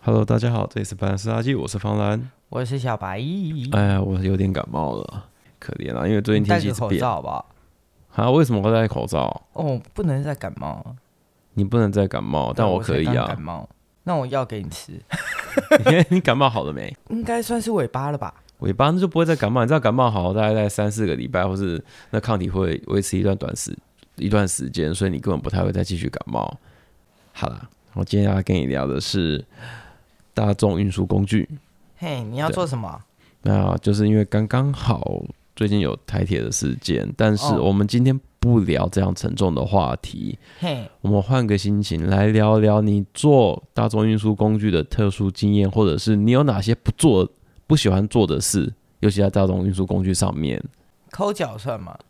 Hello， 大家好，这里是白兰斯垃圾，我是方兰， 我是小白。 哎呀，我有点感冒了，可怜啊，因为最近天气一直变。 戴个口罩好不好？ 啊，为什么会戴口罩？ 哦，不能再感冒。 你不能再感冒，但我可以啊。 我感冒，那我药给你吃。 你感冒好了没？ 应该算是尾巴了吧？ 尾巴那就不会再感冒，你知道感冒好大概在3-4个礼拜，或是那抗体会维持一段时间，所以你根本不太会再继续感冒。好啦，我今天要跟你聊的是大众运输工具。 嘿，你要做什么？ 那就是因为刚刚好最近有台铁的事件，但是我们今天不聊这样沉重的话题，我们换个心情来聊聊你做大众运输工具的特殊经验，或者是你有哪些不喜欢做的事，尤其在大众运输工具上面。 抠脚算吗？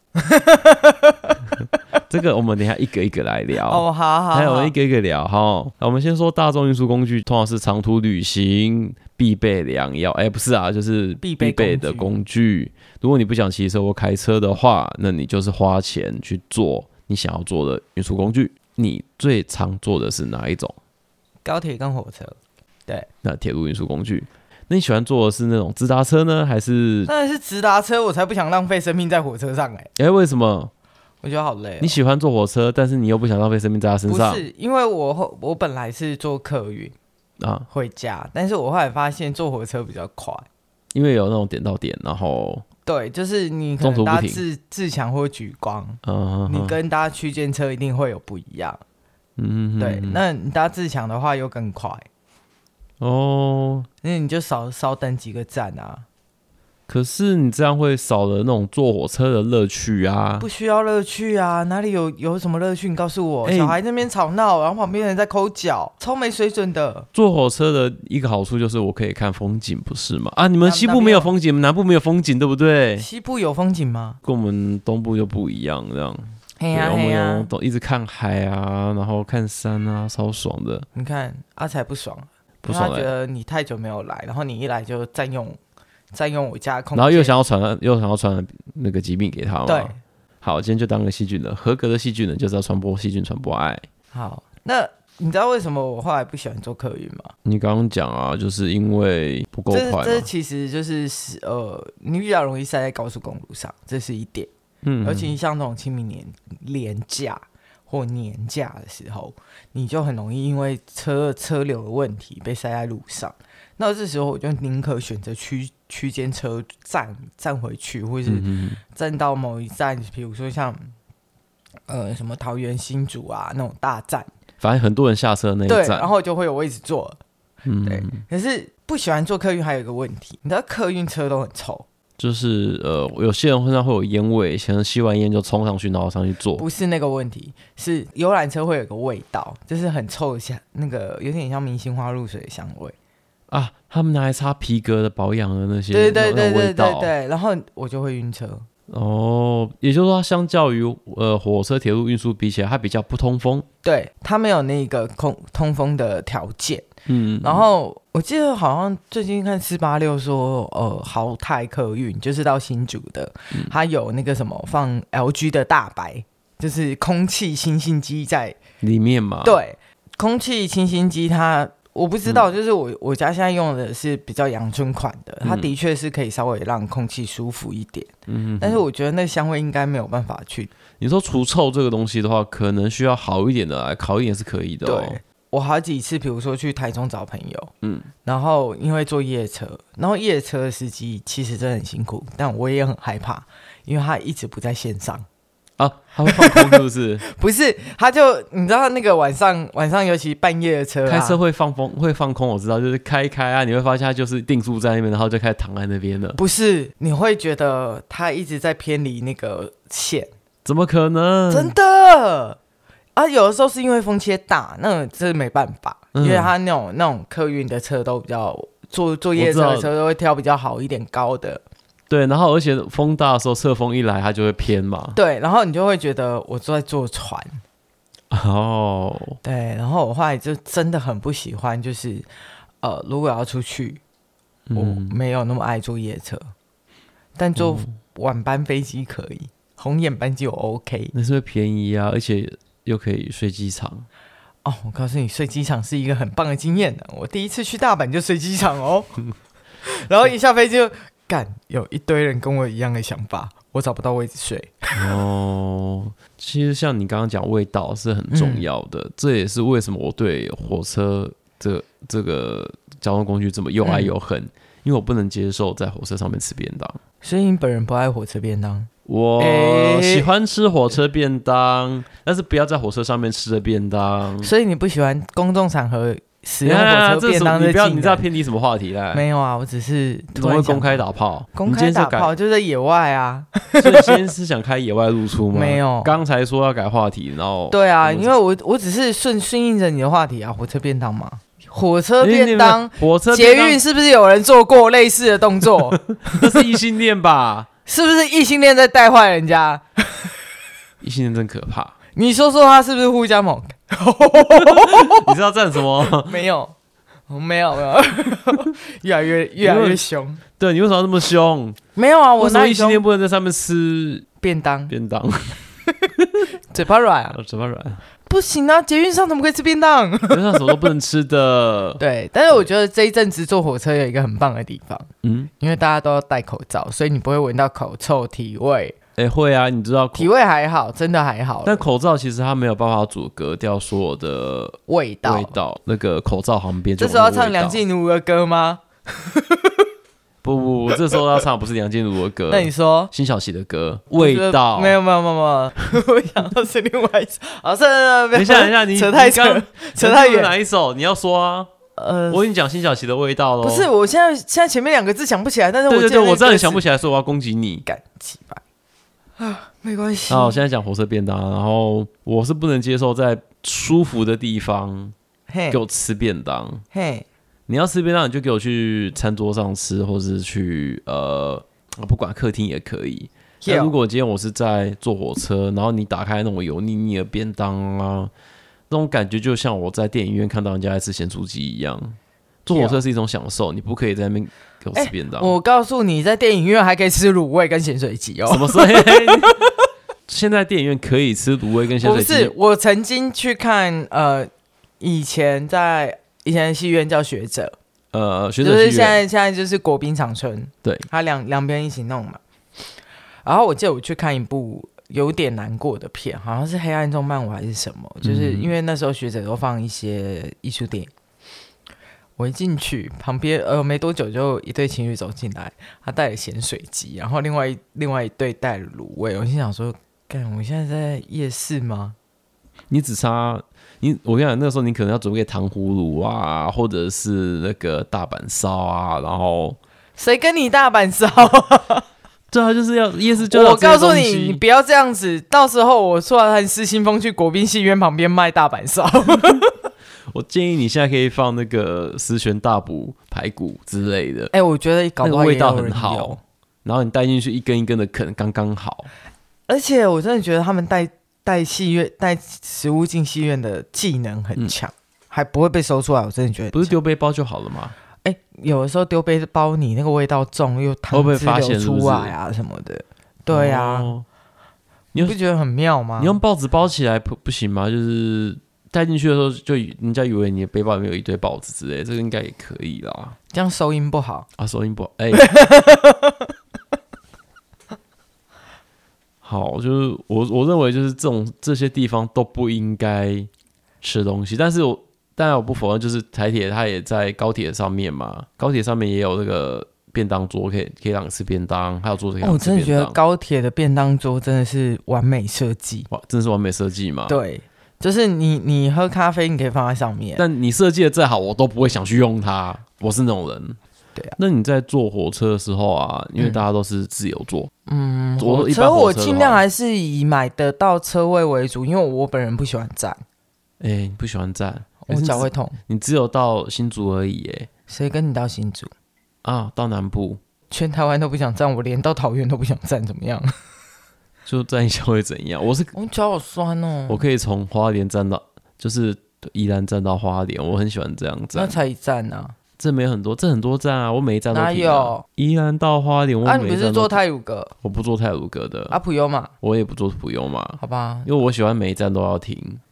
这个我们等一下一个一个来聊。 哦，好， 还有一个一个聊哈。我们先说大众运输工具，通常是长途旅行必备良药。不是啊，就是必备的工具。如果你不想骑车或开车的话，那你就是花钱去做你想要做的运输工具。你最常做的是哪一种？ 高铁跟火车。对， 那铁路运输工具。那你喜欢做的是那种直达车呢，还是？ 当然是直达车，我才不想浪费生命在火车上。 为什么？ 我觉得好累。 你喜欢坐火车，但是你又不想浪费生命在他身上。 不是，因为我本来是坐客运回家，但是我后来发现坐火车比较快，因为有那种点到点，然后对，就是你可能搭自强或莒光，你跟搭区间车一定会有不一样。对，那你搭自强的话又更快。那你就少等几个站啊。 可是你这样会少了那种坐火车的乐趣啊！ 不需要乐趣啊，哪里有什么乐趣？你告诉我，小孩那边吵闹，然后旁边人在抠脚，超没水准的。 坐火车的一个好处就是我可以看风景，不是吗？你们西部没有风景，南部没有风景，对不对？ 西部有风景吗？ 跟我们东部就不一样，这样。我们有一直看海啊，然后看山啊，超爽的。 你看阿才不爽，他觉得你太久没有来，然后你一来就占用我家的空间， 然后又想要传那个疾病给他嘛。 对， 好，今天就当个细菌人，合格的细菌人就是要传播细菌，传播爱。 好，那你知道为什么我后来不喜欢做客运吗？ 你刚刚讲啊，就是因为不够快嘛。 这其实就是你比较容易塞在高速公路上，这是一点。尤其像这种清明连假或年假的时候，你就很容易因为车流的问题被塞在路上。那这时候我就宁可选择区间车站回去，或是站到某一站，比如说像什么桃园新竹啊那种大站， 反正很多人下车那一站， 对，然后就会有位置坐。对，可是不喜欢坐客运还有一个问题，你知道客运车都很臭。就是有些人会有烟味，可能吸完烟就冲上去，然后上去坐。 不是那个问题，是游览车会有个味道，就是很臭的那个有点像明星花露水的香味啊。他们拿来擦皮革的保养的那些， 对，然后我就会晕车。 也就是说，它相较于火车、铁路运输比起来，它比较不通风。 对，它没有那个通风的条件。然后我记得好像最近看486说，豪泰客运就是到新竹的，它有那个什么放 LG 的大白，就是空气清新机在里面嘛。 对，空气清新机我不知道，就是我家现在用的是比较阳春款的，它的确是可以稍微让空气舒服一点。但是我觉得那香味应该没有办法去。 你说除臭这个东西的话，可能需要好一点的来烤一点是可以的。 对，我好几次，比如说去台中找朋友，然后因为坐夜车，然后夜车的司机其实真的很辛苦，但我也很害怕，因为他一直不在线上。 他会放空是不是？ 不是，他就你知道那个晚上尤其半夜的车开车会放空，我知道，就是开啊，你会发现他就是定住在那边，然后就开始躺在那边了。 不是，你会觉得他一直在偏离那个线。 怎么可能？ 真的有的时候是因为风切大，那这没办法，因为他那种客运的车都比较坐夜车的车都会挑比较好一点高的。 对，然后而且风大的时候，侧风一来，它就会偏嘛。 对，然后你就会觉得我在坐船。对，然后我后来就真的很不喜欢，就是如果要出去，我没有那么爱坐夜车，但坐晚班飞机可以，红眼班机我 OK。 那是会便宜啊，而且又可以睡机场。 哦，我告诉你，睡机场是一个很棒的经验的。我第一次去大阪就睡机场哦，然后一下飞机就有一堆人跟我一样的想法，我找不到位置睡。 哦，其实像你刚刚讲味道是很重要的，这也是为什么我对火车这个交通工具这么又爱又恨，因为我不能接受在火车上面吃便当。 所以你本人不爱火车便当？ 我喜欢吃火车便当，但是不要在火车上面吃的便当。 所以你不喜欢公众场合使用火车便当的技能？ 你知道偏离什么话题啦？ 没有啊，我只是怎么会公开打炮？ 公开打炮就在野外啊。 所以今天是想开野外露出吗？ 没有， 刚才说要改话题，然后对啊，因为我只是顺应着你的话题啊，火车便当嘛。火车便当，捷运是不是有人做过类似的动作？ 那是异性恋吧？ 是不是异性恋在带坏人家？ 异性恋真可怕。 你说他是不是互加盟？ 你知道站什么？ 没有，越来越凶。 对，你为什么要那么凶？ 没有啊，我哪里异性恋不能在上面吃便当？ 嘴巴软啊！ 嘴巴软。 不行啊，捷运上怎么可以吃便当？ 捷运上什么都不能吃的。 对，但是我觉得这一阵子坐火车有一个很棒的地方，因为大家都要戴口罩，所以你不会闻到口臭、体味。 会啊，你知道体味还好，真的还好。 但口罩其实它没有办法阻隔掉所有的味道。 那个口罩旁边， 这时候要唱梁静茹的歌吗？ 不，这时候要唱不是梁静茹的歌。 那你说辛晓琪的歌，味道。 没有，我想到是另外一首。好，等一下，你扯太远。 哪一首？你要说啊。我已经讲辛晓琪的味道了。 不是，我现在前面2个字想不起来，但是我知道你想不起来，所以我要攻击你。 干鸡巴啊，没关系。 好，我现在讲火车便当，然后我是不能接受在舒服的地方给我吃便当。你要吃便当，你就给我去餐桌上吃，或是去不管客厅也可以。但如果今天我是在坐火车，然后你打开那种油腻腻的便当啊，那种感觉就像我在电影院看到人家在吃咸酥鸡一样。坐火车是一种享受，你不可以在那边给我吃便当。 我告诉你，在电影院还可以吃卤味跟咸水鸡哦。 什么时候？现在电影院可以吃卤味跟咸水鸡？ 不是，我曾经去看以前的戏院叫学者， 学者就是现在就是国宾长春， 对， 他两边一起弄嘛。然后我记得我去看一部有点难过的片，好像是黑暗中漫舞还是什么，就是因为那时候学者都放一些艺术电影。我一进去，旁边没多久就一对情侣走进来，他带了咸水鸡，然后另外一对带了卤味。我心想说，干，我现在在夜市吗？ 你只差我跟你讲，那个时候你可能要准备糖葫芦啊，或者是那个大阪烧啊，然后谁跟你大阪烧？ 对啊，就是要夜市就要。 我告诉你，你不要这样子，到时候我说完失心疯去国宾戏院旁边卖大阪烧。 我建议你现在可以放那个十全大补排骨之类的。 我觉得搞不好那个味道很好，然后你带进去一根一根的啃，刚刚好。 而且我真的觉得他们带食物进戏院的技能很强，还不会被搜出来。我真的觉得不是丢背包就好了吗？ 有的时候丢背包，你那个味道重，又汤汁流出来啊什么的。对啊，你不觉得很妙吗？ 你用报纸包起来不行吗？就是带进去的时候，就人家以为你的背包里面有一堆报纸之类的，这个应该也可以啦。 这样收音不好啊，收音不好。好，就是我认为就是这些地方都不应该吃东西，但是当然我不否认，就是台铁它也在高铁上面嘛，高铁上面也有那个便当桌，可以让你吃便当，还有桌子可以让你吃便当。我真的觉得高铁的便当桌真的是完美设计， 哇，真的是完美设计嘛？ 对，就是你喝咖啡你可以放在上面， 但你设计的再好，我都不会想去用它。我是那种人。 对啊， 那你在坐火车的时候啊，因为大家都是自由坐， 火车我尽量还是以买得到车位为主，因为我本人不喜欢站。 你不喜欢站？ 我脚会痛。 你只有到新竹而已。 谁跟你到新竹啊？到南部， 全台湾都不想站，我连到桃园都不想站，怎么样？ 就站一下会怎样？我脚好酸哦。 我可以从花莲站到，就是宜兰站到花莲，我很喜欢这样站。 那才一站啊。 这没很多，这很多站啊，我每一站都停。哪有？ 宜兰到花莲，我每一站都停。 你不是坐太鲁阁？ 我不坐太鲁阁的。 普悠玛？ 我也不坐普悠玛。 好吧。 因为我喜欢每一站都要停。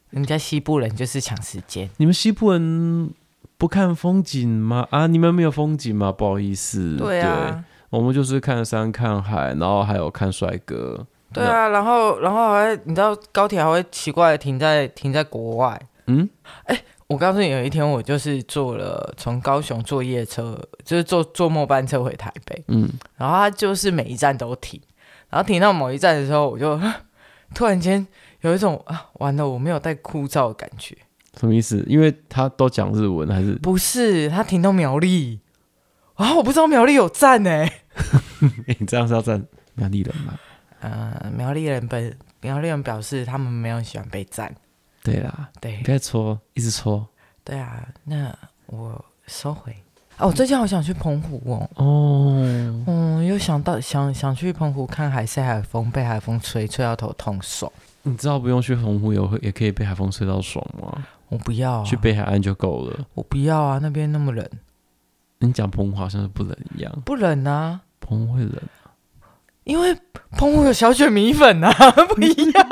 人家西部人就是抢时间。 你们西部人不看风景吗？啊，你们没有风景吗？不好意思。 对啊， 对，我们就是看山看海，然后还有看帅哥。 对啊，然后还你知道高铁还会奇怪的停在国外。我告诉你，有一天我就是从高雄坐夜车，就是坐末班车回台北。然后他就是每一站都停，然后停到某一站的时候，我就突然间有一种完了，我没有带护照的感觉。 什么意思？因为他都讲日文还是？ 不是，他停到苗栗我不知道苗栗有站你这样是要站苗栗人吗？ 苗栗人表示他们没有喜欢被赞。 对啦， 对， 你该戳，一直戳。 对啊，那我收回。我最近好想去澎湖又想去澎湖看海晒海风，被海风吹到头痛爽。 你知道不用去澎湖也可以被海风吹到爽吗？ 我不要去北海岸就够了。 我不要啊，那边那么冷。 你讲澎湖好像是不冷一样。 不冷啊， 澎湖会冷因为澎湖有小卷米粉啊，不一样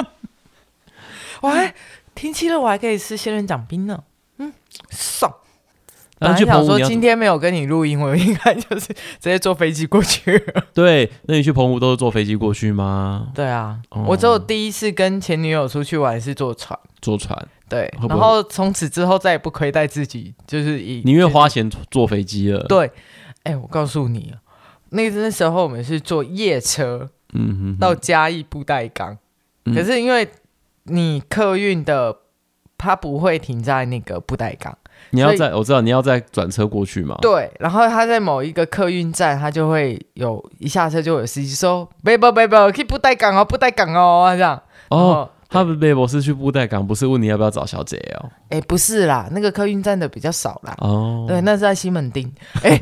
天气热我还可以吃仙人掌冰呢，爽。本来想说今天没有跟你录音，我应该就是直接坐飞机过去了。 对，那你去澎湖都是坐飞机过去吗？ 对啊，我只有第一次跟前女友出去玩是坐船。对，然后从此之后再也不亏待自己，就是宁愿花钱坐飞机了。 对，我告诉你，那时候我们是坐夜车，到嘉义布袋港，可是因为你客运的它不会停在那个布袋港， 我知道你要再转车过去嘛。 对，然后他在某一个客运站，他就会一下车就有司机说背包去布袋港哦，这样。 他的背包是去布袋港，不是问你要不要找小姐哦。 不是啦，那个客运站的比较少啦。对，那是在西门町。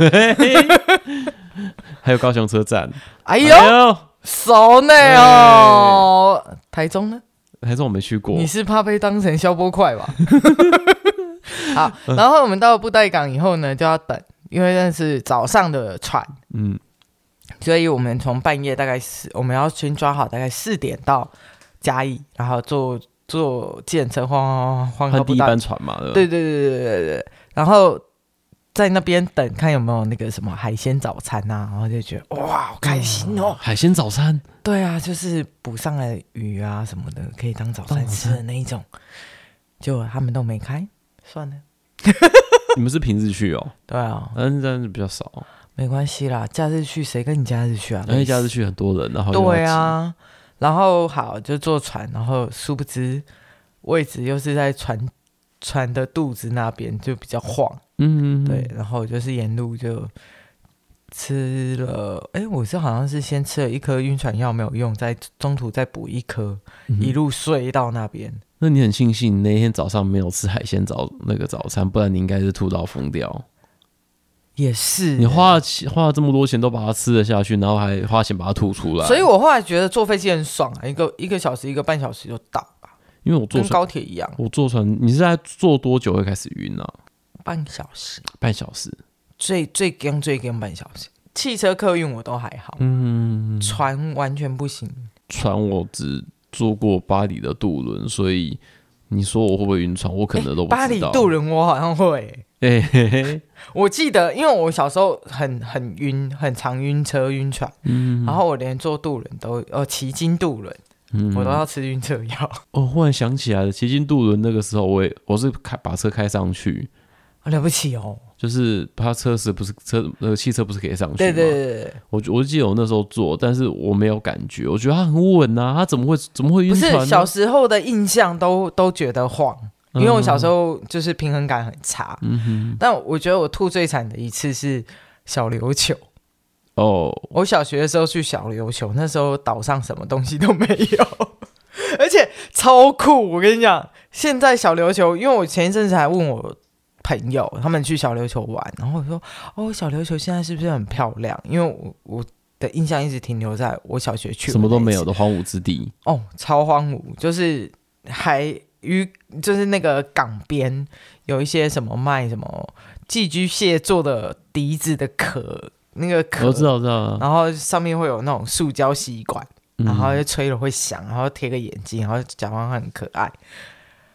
还有高雄车站。 哎呦，熟呢台中呢？ 台中我没去过。 你是怕被当成消波块吧？好，然后我们到布袋港以后呢，就要等，因为那是早上的船。所以我们从半夜大概我们要先抓好大概4点到嘉义，然后坐计程车晃到第一班船嘛。 对，然后在那边等看有没有那个什么海鲜早餐啊，然后就觉得哇好开心哦。 海鲜早餐？ 对啊，就是捕上来的鱼啊什么的，可以当早餐吃的那一种。结果他们都没开，算了。 你们是平日去哦？ 对啊， 但是比较少。 没关系啦，假日去谁跟你假日去啊？ 因为假日去很多人，然后对啊，然后好就坐船，然后殊不知位置又是在船的肚子那边，就比较晃。对，然后就是沿路就吃了，我好像是先吃了1颗晕船药没有用，在中途再补1颗，一路睡到那边。 那你很庆幸那天早上没有吃海鲜早餐，不然你应该是吐到疯掉。 也是， 你花了这么多钱都把它吃了下去，然后还花钱把它吐出来。 所以我后来觉得坐飞机很爽啊，一个小时1个半小时就到了。 因为我坐跟高铁一样。 我坐船，你是在坐多久会开始晕啊？ 半小时。最跟半小时。汽车客运我都还好，船完全不行。 船我只坐过巴黎的渡轮，所以你说我会不会晕船，我可能都不知道。 巴黎渡轮我好像会。我记得，因为我小时候很晕，很常晕车晕船，然后我连坐渡轮都骑经渡轮，我都要吃晕车药。 我忽然想起来了，骑经渡轮那个时候我是把车开上去， 了不起哦。 就是他车时不是汽车不是可以上去吗？ 对， 我记得我那时候坐，但是我没有感觉，我觉得他很稳啊，他怎么会晕船呢？ 不是小时候的印象都觉得晃，因为我小时候就是平衡感很差。但我觉得我吐最惨的一次是小琉球。我小学的时候去小琉球，那时候岛上什么东西都没有，而且超酷。我跟你讲，现在小琉球，因为我前一阵子还问我朋友他们去小琉球玩，然后我说小琉球现在是不是很漂亮？因为我的印象一直停留在我小学去什么都没有的荒芜之地。 超荒芜，就是就是那个港边有一些什么卖什么寄居蟹做的笛子的壳，那个壳我知道， 然后上面会有那种塑胶吸管，然后就吹了会响，然后贴个眼睛，然后假装很可爱。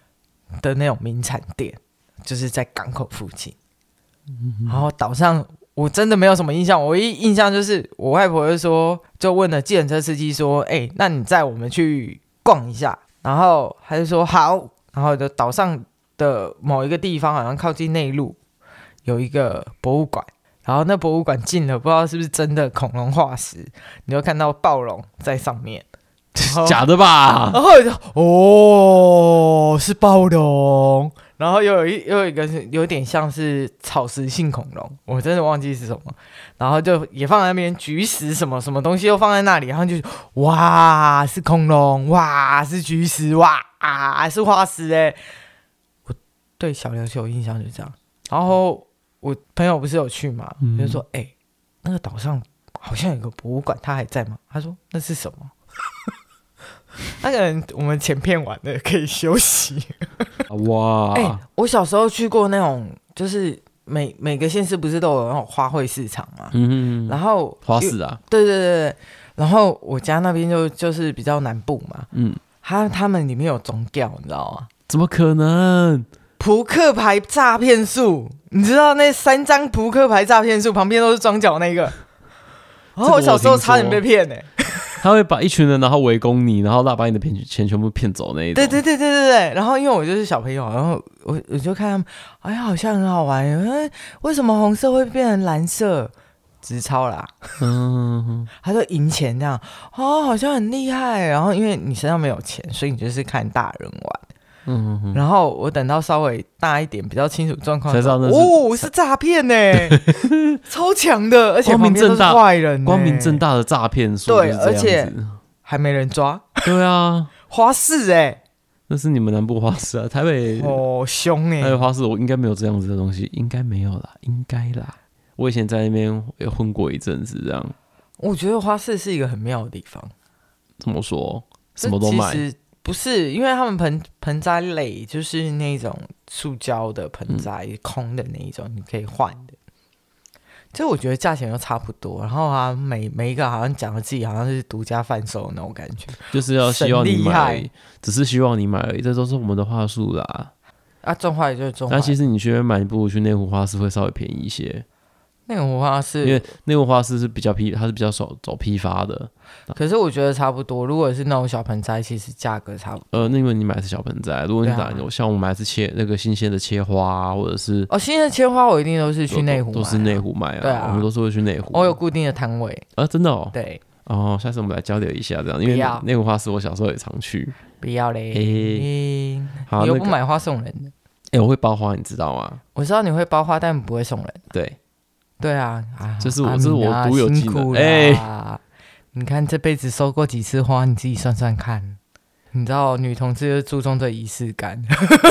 的那种名产店，就是在港口附近。然后岛上我真的没有什么印象，我唯一印象就是我外婆就问了计程车司机说：“那你载我们去逛一下。”然后他就说好，然后岛上的某一个地方好像靠近内陆有一个博物馆，然后那博物馆进了不知道是不是真的恐龙化石，你就看到暴龙在上面。 假的吧？ 然后我就是暴龙，然后又有一个是有点像是草食性恐龙，我真的忘记是什么，然后就也放在那边，菊石什么什么东西又放在那里，然后就哇是恐龙，哇是菊石，哇是化石我对小琉球印象就这样。然后我朋友不是有去嘛，就说那个岛上好像有个博物馆，他还在吗？他说那是什么？那个人我们前片完了，可以休息。 哇！ 我小时候去过那种，就是每个县市不是都有那种花卉市场嘛？然后花市啊， 对。然后我家那边就是比较南部嘛，他们里面有宗教，你知道吗？ 怎么可能？ 扑克牌诈骗术，你知道那3张扑克牌诈骗术旁边都是装脚那个。然后我小时候差点被骗他会把一群人然后围攻你，然后把你的钱全部骗走那一种。 对。然后因为我就是小朋友，然后我就看他们，好像很好玩。为什么红色会变成蓝色？直超啦，他就赢钱这样，好像很厉害。然后因为你身上没有钱，所以你就是看大人玩。然后我等到稍微大一点比较清楚状况才知道是诈骗超强的，而且旁边都是坏人光明正大的诈骗术， 对，而且还没人抓。 对啊， 花市那是你们南部花市啊，台北凶台北花市我应该没有这样子的东西，应该没有啦，应该啦。我以前在那边也混过一阵子这样。 我觉得花市是一个很妙的地方。 怎么说？什么都卖？ 不是，因为他们盆栽类就是那种塑胶的盆栽，空的那一种，你可以换的。就我觉得价钱都差不多，然后每一个好像讲的自己好像是独家贩售的那种感觉， 就是要希望你买，只是希望你买而已，这都是我们的话术啦。 种花也就是种花。 但其实你去那边买，你不如去内湖花市会稍微便宜一些。 内湖花市， 因为内湖花市是比较它是比较走批发的。 可是我觉得差不多，如果是那种小盆栽，其实价格差不多。 那因为你买的是小盆栽，如果你像我买的是那个新鲜的切花或者是新鲜的切花，我一定都是去内湖买， 都是内湖买啊。 对啊， 我们都是会去内湖。 我有固定的摊位真的哦。 对。 下次我们来交流一下这样，因为内湖花市我小时候也常去。 不要嘞，你又不买花送人的。我会包花，你知道吗？ 我知道你会包花，但不会送人。对啊，这是我独有技能。 你看这辈子收过几次花，你自己算算看。你知道女同志就注重这仪式感。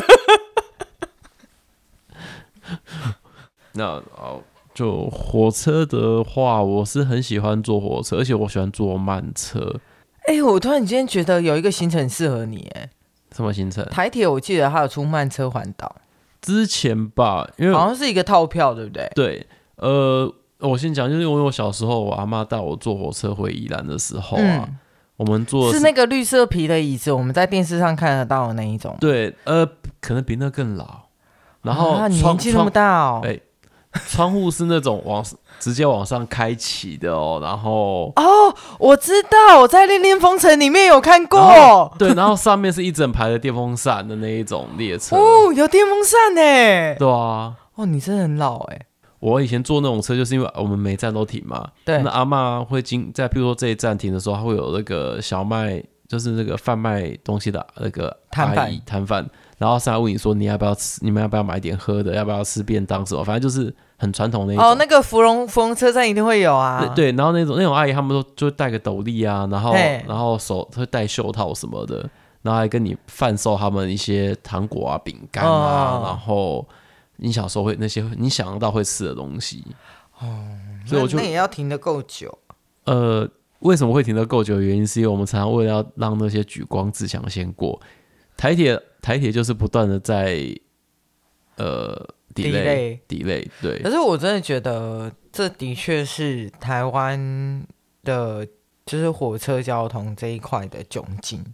那就火车的话，我是很喜欢坐火车，而且我喜欢坐慢车。 我突然间觉得有一个行程很适合你。 什么行程？ 台铁我记得它有出慢车环岛。 之前吧，因为好像是一个套票，对不对？ 对。我先讲，就是因为我小时候我阿嬷带我坐火车回宜兰的时候啊，我们坐是那个绿色皮的椅子，我们在电视上看得到的那一种。 对，可能比那更老。然后你年纪那么大窗户是那种直接往上开启的然后我知道，我在《恋恋风尘》里面有看过。 对，然后上面是一整排的电风扇的那一种列车。 有电风扇对啊。 你真的很老我以前坐那种车，就是因为我们每站都停嘛。 对。 那阿嬷会在，譬如说这一站停的时候，她会有那个小卖，就是那个贩卖东西的那个摊贩，然后上来问你说你们要不要买点喝的，要不要吃便当什么，反正就是很传统的那种。 那个芙蓉车站一定会有啊。 对，然后那种阿姨他们都就戴个斗笠啊，然后手会戴袖套什么的，然后还跟你贩售他们一些糖果啊、饼干啊，然后你小时候会那些你想得到会吃的东西。所以那也要停得够久。 为什么会停得够久的原因是因为我们常常为了要让那些莒光自强先过，台铁就是不断的在delay。对。 可是我真的觉得这的确是台湾的就是火车交通这一块的窘境，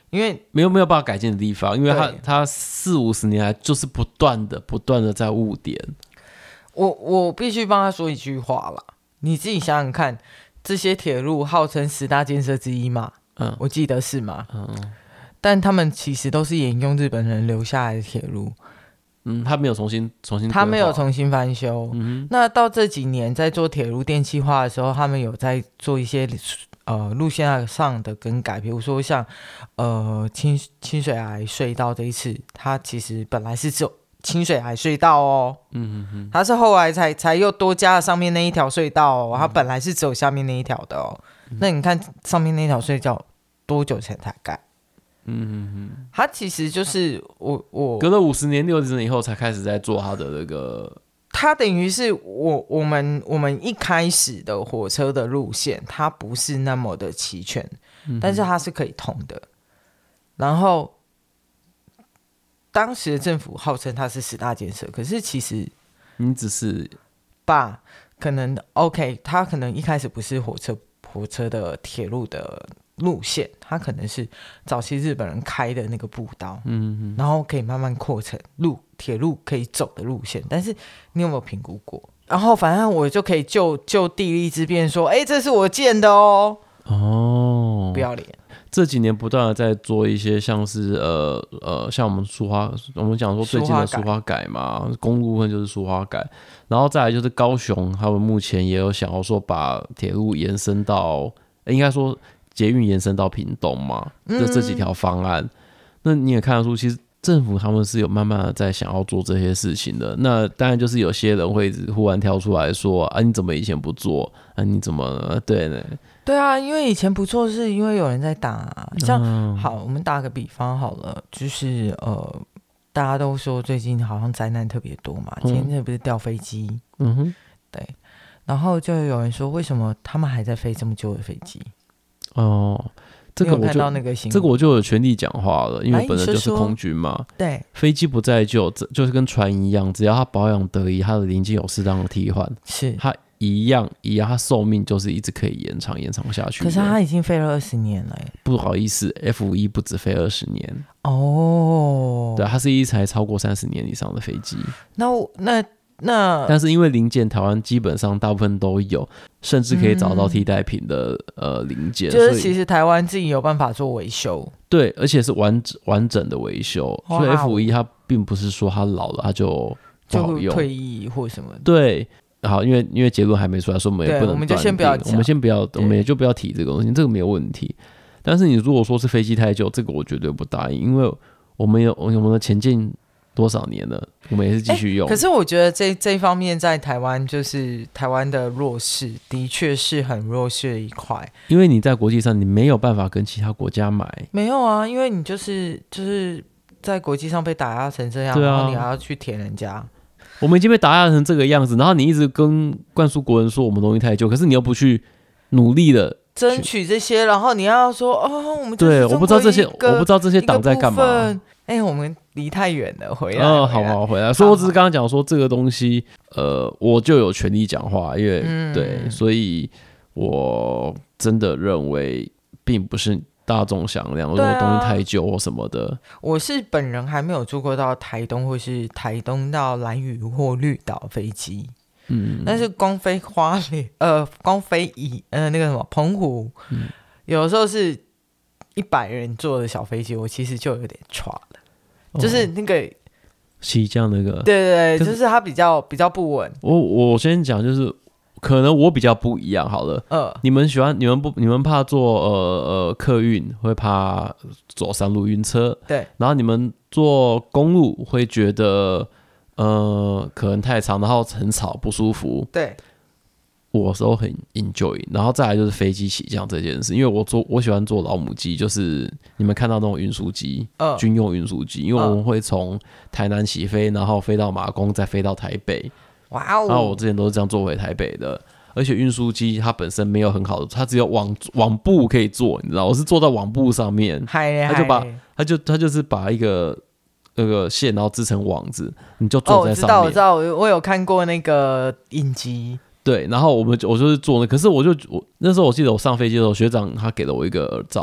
因为没有办法改进的地方，因为它40-50年来就是不断的在误点。 我必须帮他说一句话啦，你自己想想看，这些铁路号称10大建设之一嘛，我记得是嘛，但他们其实都是沿用日本人留下来的铁路。 他没有重新他没有重新翻修。那到这几年在做铁路电气化的时候，他们有在做一些路线上的更改，比如说像清水崖隧道这一次，它其实本来是只有清水崖隧道哦，它是后来才又多加了上面那一条隧道哦，它本来是只有下面那一条的哦。那你看上面那条隧道多久前才盖？它其实就是我隔了50年、60年以后才开始在做它的那个。 它等于是我们一开始的火车的路线，它不是那么的齐全，但是它是可以通的。然后当时的政府号称它是10大建设，可是其实你只是把可能 OK， 它可能一开始不是火车的铁路的路线，它可能是早期日本人开的那个步道，然后可以慢慢扩成铁路可以走的路线，但是你有没有评估过？然后反正我就可以就地利之便说，这是我建的哦，不要脸。 这几年不断的在做一些像是像我们讲说最近的苏花改嘛，公路部分就是苏花改，然后再来就是高雄，他们目前也有想要说把铁路延伸到，应该说捷运延伸到屏东嘛，这几条方案，那你也看得出，其实政府他们是有慢慢的在想要做这些事情的。那当然就是有些人会忽然跳出来说你怎么以前不做你怎么对呢？ 对啊，因为以前不做是因为有人在打像好，我们打个比方好了，就是大家都说最近好像灾难特别多嘛，前阵不是掉飞机，对，然后就有人说为什么他们还在飞这么旧的飞机？这个我就有权利讲话了，因为本来就是空军嘛。 对， 飞机不再旧，就是跟船一样，只要它保养得宜，它的零件有适当的替换，是它一样，它寿命就是一直可以延长下去。 可是它已经飞了20年了耶。 不好意思 ，F1 不止飞20年哦。 对，它是一台超过30年以上的飞机。 那但是因为零件台湾基本上大部分都有，甚至可以找到替代品的零件， 就是其实台湾自己有办法做维修， 对，而且是完整的维修。所以 F1 它并不是说它老了它就不好用， 退役或什么的。 对，好，因为结论还没出来，所以我们也不能断定，我们也就不要提这个东西，这个没有问题。但是你如果说是飞机太旧，这个我绝对不答应，因为我们的前进多少年了，我们也是继续用。 可是我觉得这方面在台湾，就是台湾的弱势，的确是很弱势的一块。 因为你在国际上，你没有办法跟其他国家买。 没有啊，因为你就是在国际上被打压成这样，然后你还要去舔人家。 我们已经被打压成这个样子，然后你一直灌输国人说我们东西太旧，可是你又不去努力的争取这些，然后你要说我们就是对，我不知道这些党在干嘛。 我们离太远了，回来。 好回来。所以我只是刚刚讲说这个东西，我就有权利讲话，因为对，所以我真的认为并不是大众响亮，说东西太旧或什么的。我是本人还没有坐过到台东或是台东到兰屿或绿岛飞机，但是光飞光飞那个什么澎湖，有的时候是100人坐的小飞机，我其实就有点差了。就是那个起降那个， 对，就是它比较不稳。 我先讲，就是可能我比较不一样好了。你们怕坐客运，会怕走山路晕车， 对。 然后你们坐公路会觉得可能太长，然后很吵不舒服， 对。 我都很 enjoy， 然后再来就是飞机起降这件事，因为我喜欢坐老母机，就是你们看到那种运输机，军用运输机，因为我们会从台南起飞，然后飞到马公，再飞到台北。 哇哦！ 然后我之前都是这样坐回台北的，而且运输机它本身没有很好的，它只有网布可以坐，你知道，我是坐在网布上面，它就是把一个那个线，然后织成网子，你就坐在上面。 我知道，我有看过那个影集。 对，然后我就是坐那，可是我那时候我记得我上飞机的时候，学长他给了我一个耳罩，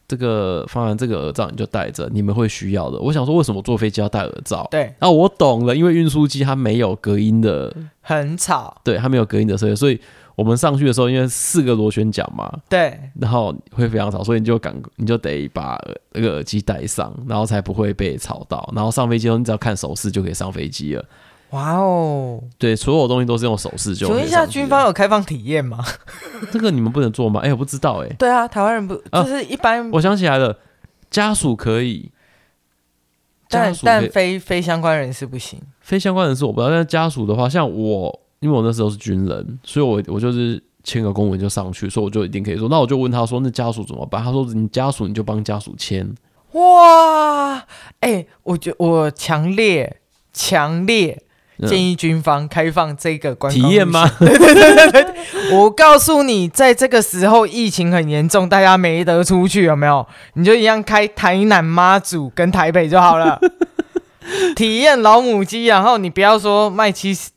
这个方案，这个耳罩你就戴着，你们会需要的。我想说，为什么坐飞机要戴耳罩？ 对， 啊，我懂了，因为运输机它没有隔音的， 很吵。 对，它没有隔音的声音，所以我们上去的时候，因为4个螺旋桨嘛， 对，然后会非常吵，所以你就得把那个耳机戴上，然后才不会被吵到。然后上飞机后，你只要看手势就可以上飞机了。 哇哦， 对，所有东西都是用手势就可以上。请问一下，军方有开放体验吗？ 这个你们不能做吗？我不知道对啊，台湾人不就是一般。 我想起来了，家属可以， 但非相关人士不行。 非相关人士我不知道，但是家属的话，像我，因为我那时候是军人，所以我就是签个公文就上去，所以我就一定可以做。那我就问他说，那家属怎么办？他说你家属你就帮家属签。 哇，我强烈建议军方开放这个观光体验吗？ 对，我告诉你，在这个时候疫情很严重，大家没得出去，有没有？你就一样开台南、妈祖跟台北就好了，体验老母鸡，然后你不要说卖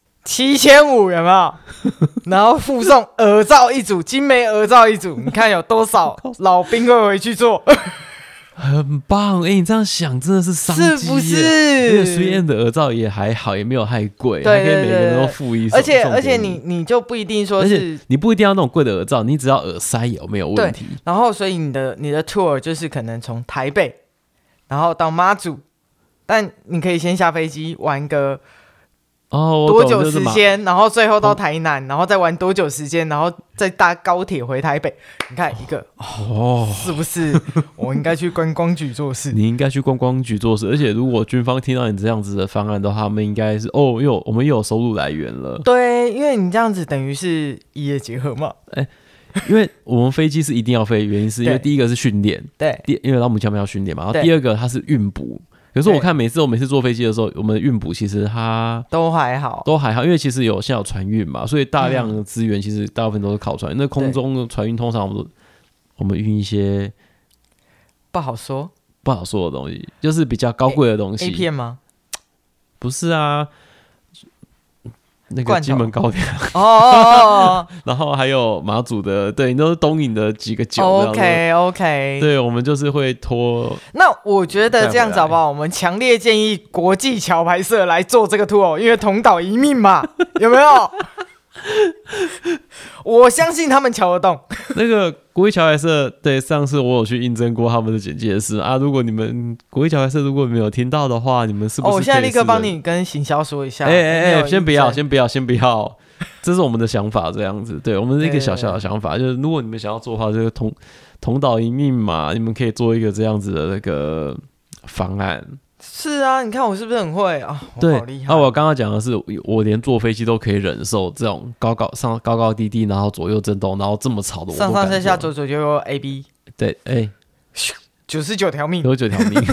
7500，有没有？然后附送耳罩一组，精美耳罩一组，你看有多少老兵会回去做？ 很棒，你这样想真的是商机耶， 是不是？ 因为3M的耳罩也还好，也没有太贵，还可以每个人都付一手。 而且你就不一定说是， 而且你不一定要那种贵的耳罩，你只要耳塞有没有问题。 然后所以你的 tour 就是可能从台北，然后到妈祖，但你可以先下飞机玩个多久时间，然后最后到台南，然后再玩多久时间，然后再搭高铁回台北。你看一个是不是？我应该去观光局做事。 你应该去观光局做事，而且如果军方听到你这样子的方案的话，他们应该是我们又有收入来源了。 对，因为你这样子等于是异业结合嘛。 因为我们飞机是一定要飞，原因是因为第一个是训练， 对， 因为老母鸡要训练嘛，然后第二个它是运补。可是我看每次坐飞机的时候，我们的运补其实它都还好， 因为其实现在有船运嘛，所以大量的资源其实大部分都是靠船。那空中的船运通常我们运一些不好说的东西，就是比较高贵的东西。 A 片吗？ 不是啊，那个金门高粱然后还有马祖的，对，都是东引的几个酒。 OK， 对，我们就是会拖。 那我觉得这样子好不好？我们强烈建议国际桥牌社来做这个 tour， 因为同岛一命嘛，有没有？我相信他们瞧得动。 那个国际桥牌社，对，上次我有去应征过他们的简介是啊。如果你们国际桥牌社如果你们有听到的话，你们是不是？ 我现在立刻帮你跟行销说一下。 先不要，这是我们的想法，这样子。对，我们是一个小小的想法，就是如果你们想要做的话，这个同岛一命嘛，你们可以做一个这样子的那个方案。 是啊，你看我是不是很会啊？ 对， 好厉害。 我刚刚讲的是，我连坐飞机都可以忍受这种高高低低，然后左右震动，然后这么吵的， 上上下下左左右右 A B。 对 ，99条命 ，99条命。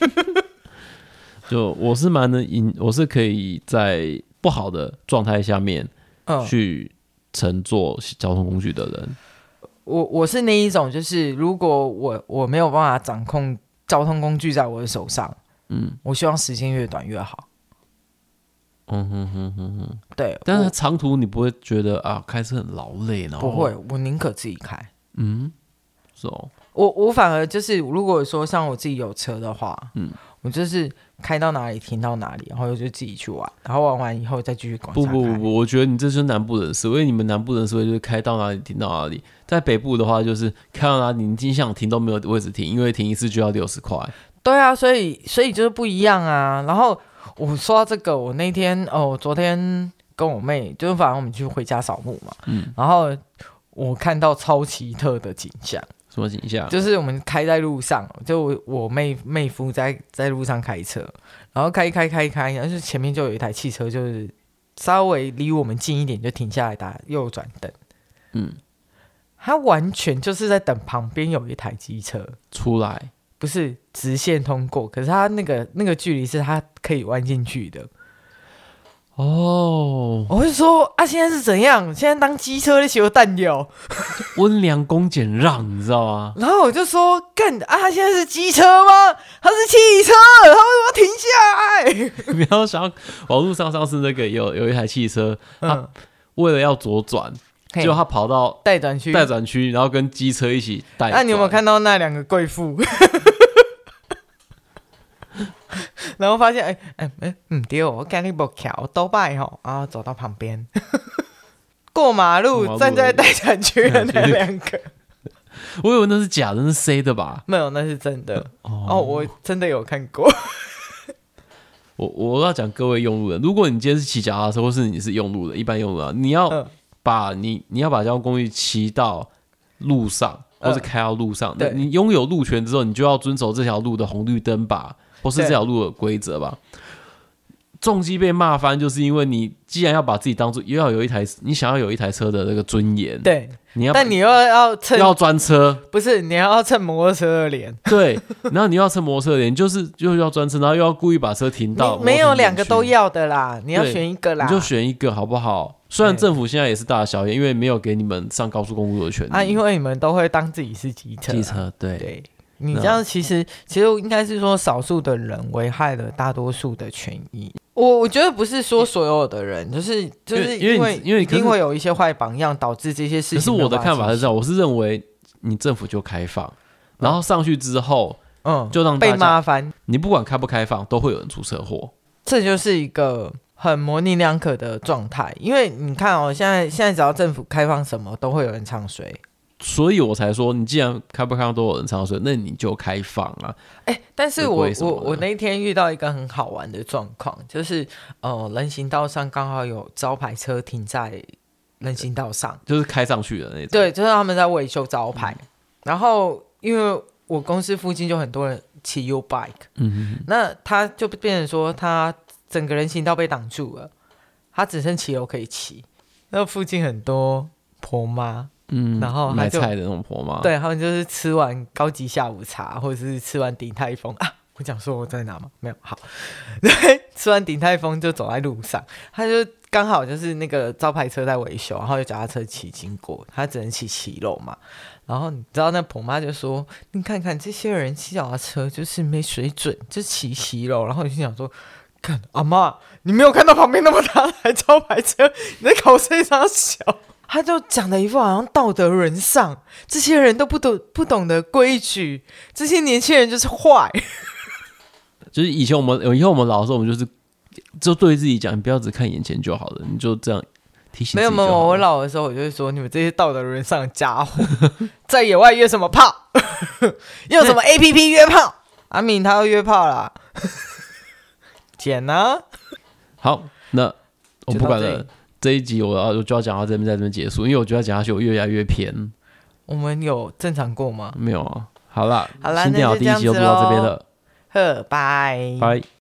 就我是可以在不好的状态下面去乘坐交通工具的人。 我是那一种，就是如果我没有办法掌控交通工具在我的手上。我希望时间越短越好。对， 但是长途你不会觉得开车很劳累呢？ 不会，我宁可自己开。 是哦。 我反而就是，如果说像我自己有车的话，我就是开到哪里停到哪里，然后就自己去玩，然后玩完以后再继续往下开。 不，我觉得你这就是南部人思维，因为你们南部人思维就是开到哪里停到哪里。在北部的话，就是开到哪里你想停都没有位置停，因为停一次就要60块。 对啊，所以就是不一样啊。然后我说到这个，我那天我昨天跟我妹，就是反正我们去回家扫墓嘛，然后我看到超奇特的景象。 什么景象？ 就是我们开在路上，就我妹夫在路上开车，然后开，然后就前面就有一台汽车，就是稍微离我们近一点就停下来打右转灯。他完全就是在等旁边有一台机车出来。 不是直线通过，可是他那个距离是他可以弯进去的。我就说现在是怎样？现在当机车的修弹掉， 温良恭俭让，你知道吗？ 然后我就说他现在是机车吗？他是汽车，他为什么要停下来？ 不要想，网络上次那个有一台汽车，他为了要左转， 结果他跑到待转区，然后跟机车一起带转。 那你有没有看到那2个贵妇？然后发现对，我跟你不巧，都拜吼，然后走到旁边过马路站在待转区的那2个。 我以为那是假的，那是 C 的吧？ 没有，那是真的。我真的有看过。 我要讲各位用路人，如果你今天是骑脚踏车，或是你是用路人，一般用路人，你要把交通工具骑到路上，或是开到路上。你拥有路权之后，你就要遵守这条路的红绿灯吧，或是这条路的规则吧。重机被骂翻，就是因为你既然要把自己当做你想要有一台车的那个尊严， 对，但你又要专车， 不是你要蹭摩托车的脸， 对，然后你要蹭摩托车的脸，就是要专车，然后又要故意把车停到， 没有2个都要的啦，你要选一个啦， 你就选一个好不好？虽然政府现在也是大小眼，因为没有给你们上高速公路的权利因为你们都会当自己是机车， 对。 你这样其实应该是说少数的人危害了大多数的权益。我觉得不是说所有的人，就是因为一定会有一些坏榜样导致这些事情。 可是我的看法是这样，我是认为你政府就开放，然后上去之后，就让大家被麻烦。 你不管开不开放，都会有人出车祸。这就是一个很模棱两可的状态，因为你看现在只要政府开放什么，都会有人唱衰。 所以我才说，你既然开不开放都有人唱衰，那你就开放啊！ 但是我那一天遇到一个很好玩的状况，就是人行道上刚好有招牌车停在人行道上， 就是开上去的那种。 对，就是他们在维修招牌。然后因为我公司附近就很多人骑 U bike，那他就变成说，他整个人行道被挡住了，他只剩骑楼可以骑。那附近很多婆妈。然后买菜的那种婆妈， 对，他们就是吃完高级下午茶，或者是吃完鼎泰丰啊。我讲说我在哪吗？没有，好，对，吃完鼎泰丰就走在路上，他就刚好就是那个招牌车在维修，然后有脚踏车骑经过，他只能骑骑楼嘛。然后你知道那婆妈就说：“你看看这些人骑脚踏车就是没水准，就骑骑楼。”然后我就想说：“看阿嬷，你没有看到旁边那么大台招牌车，你在搞这张小？”他就讲的一副好像道德沦丧，这些人都不懂得规矩，这些年轻人就是坏。 就是以后我们老的时候，我们就对自己讲，你不要只看眼前就好了，你就这样提醒自己就好了。 没有，我老的时候我就会说，你们这些道德沦丧的家伙，在野外约什么炮？用什么 APP 约炮？阿敏他要约炮啦，剪啊！ 好，那我不管了。这一集我就要讲到这边，在这边结束，因为我觉得讲下去我越来越偏。 我们有正常过吗？ 没有啊。好啦， 好啦， 新电脑第一集就录到这边了。 拜拜。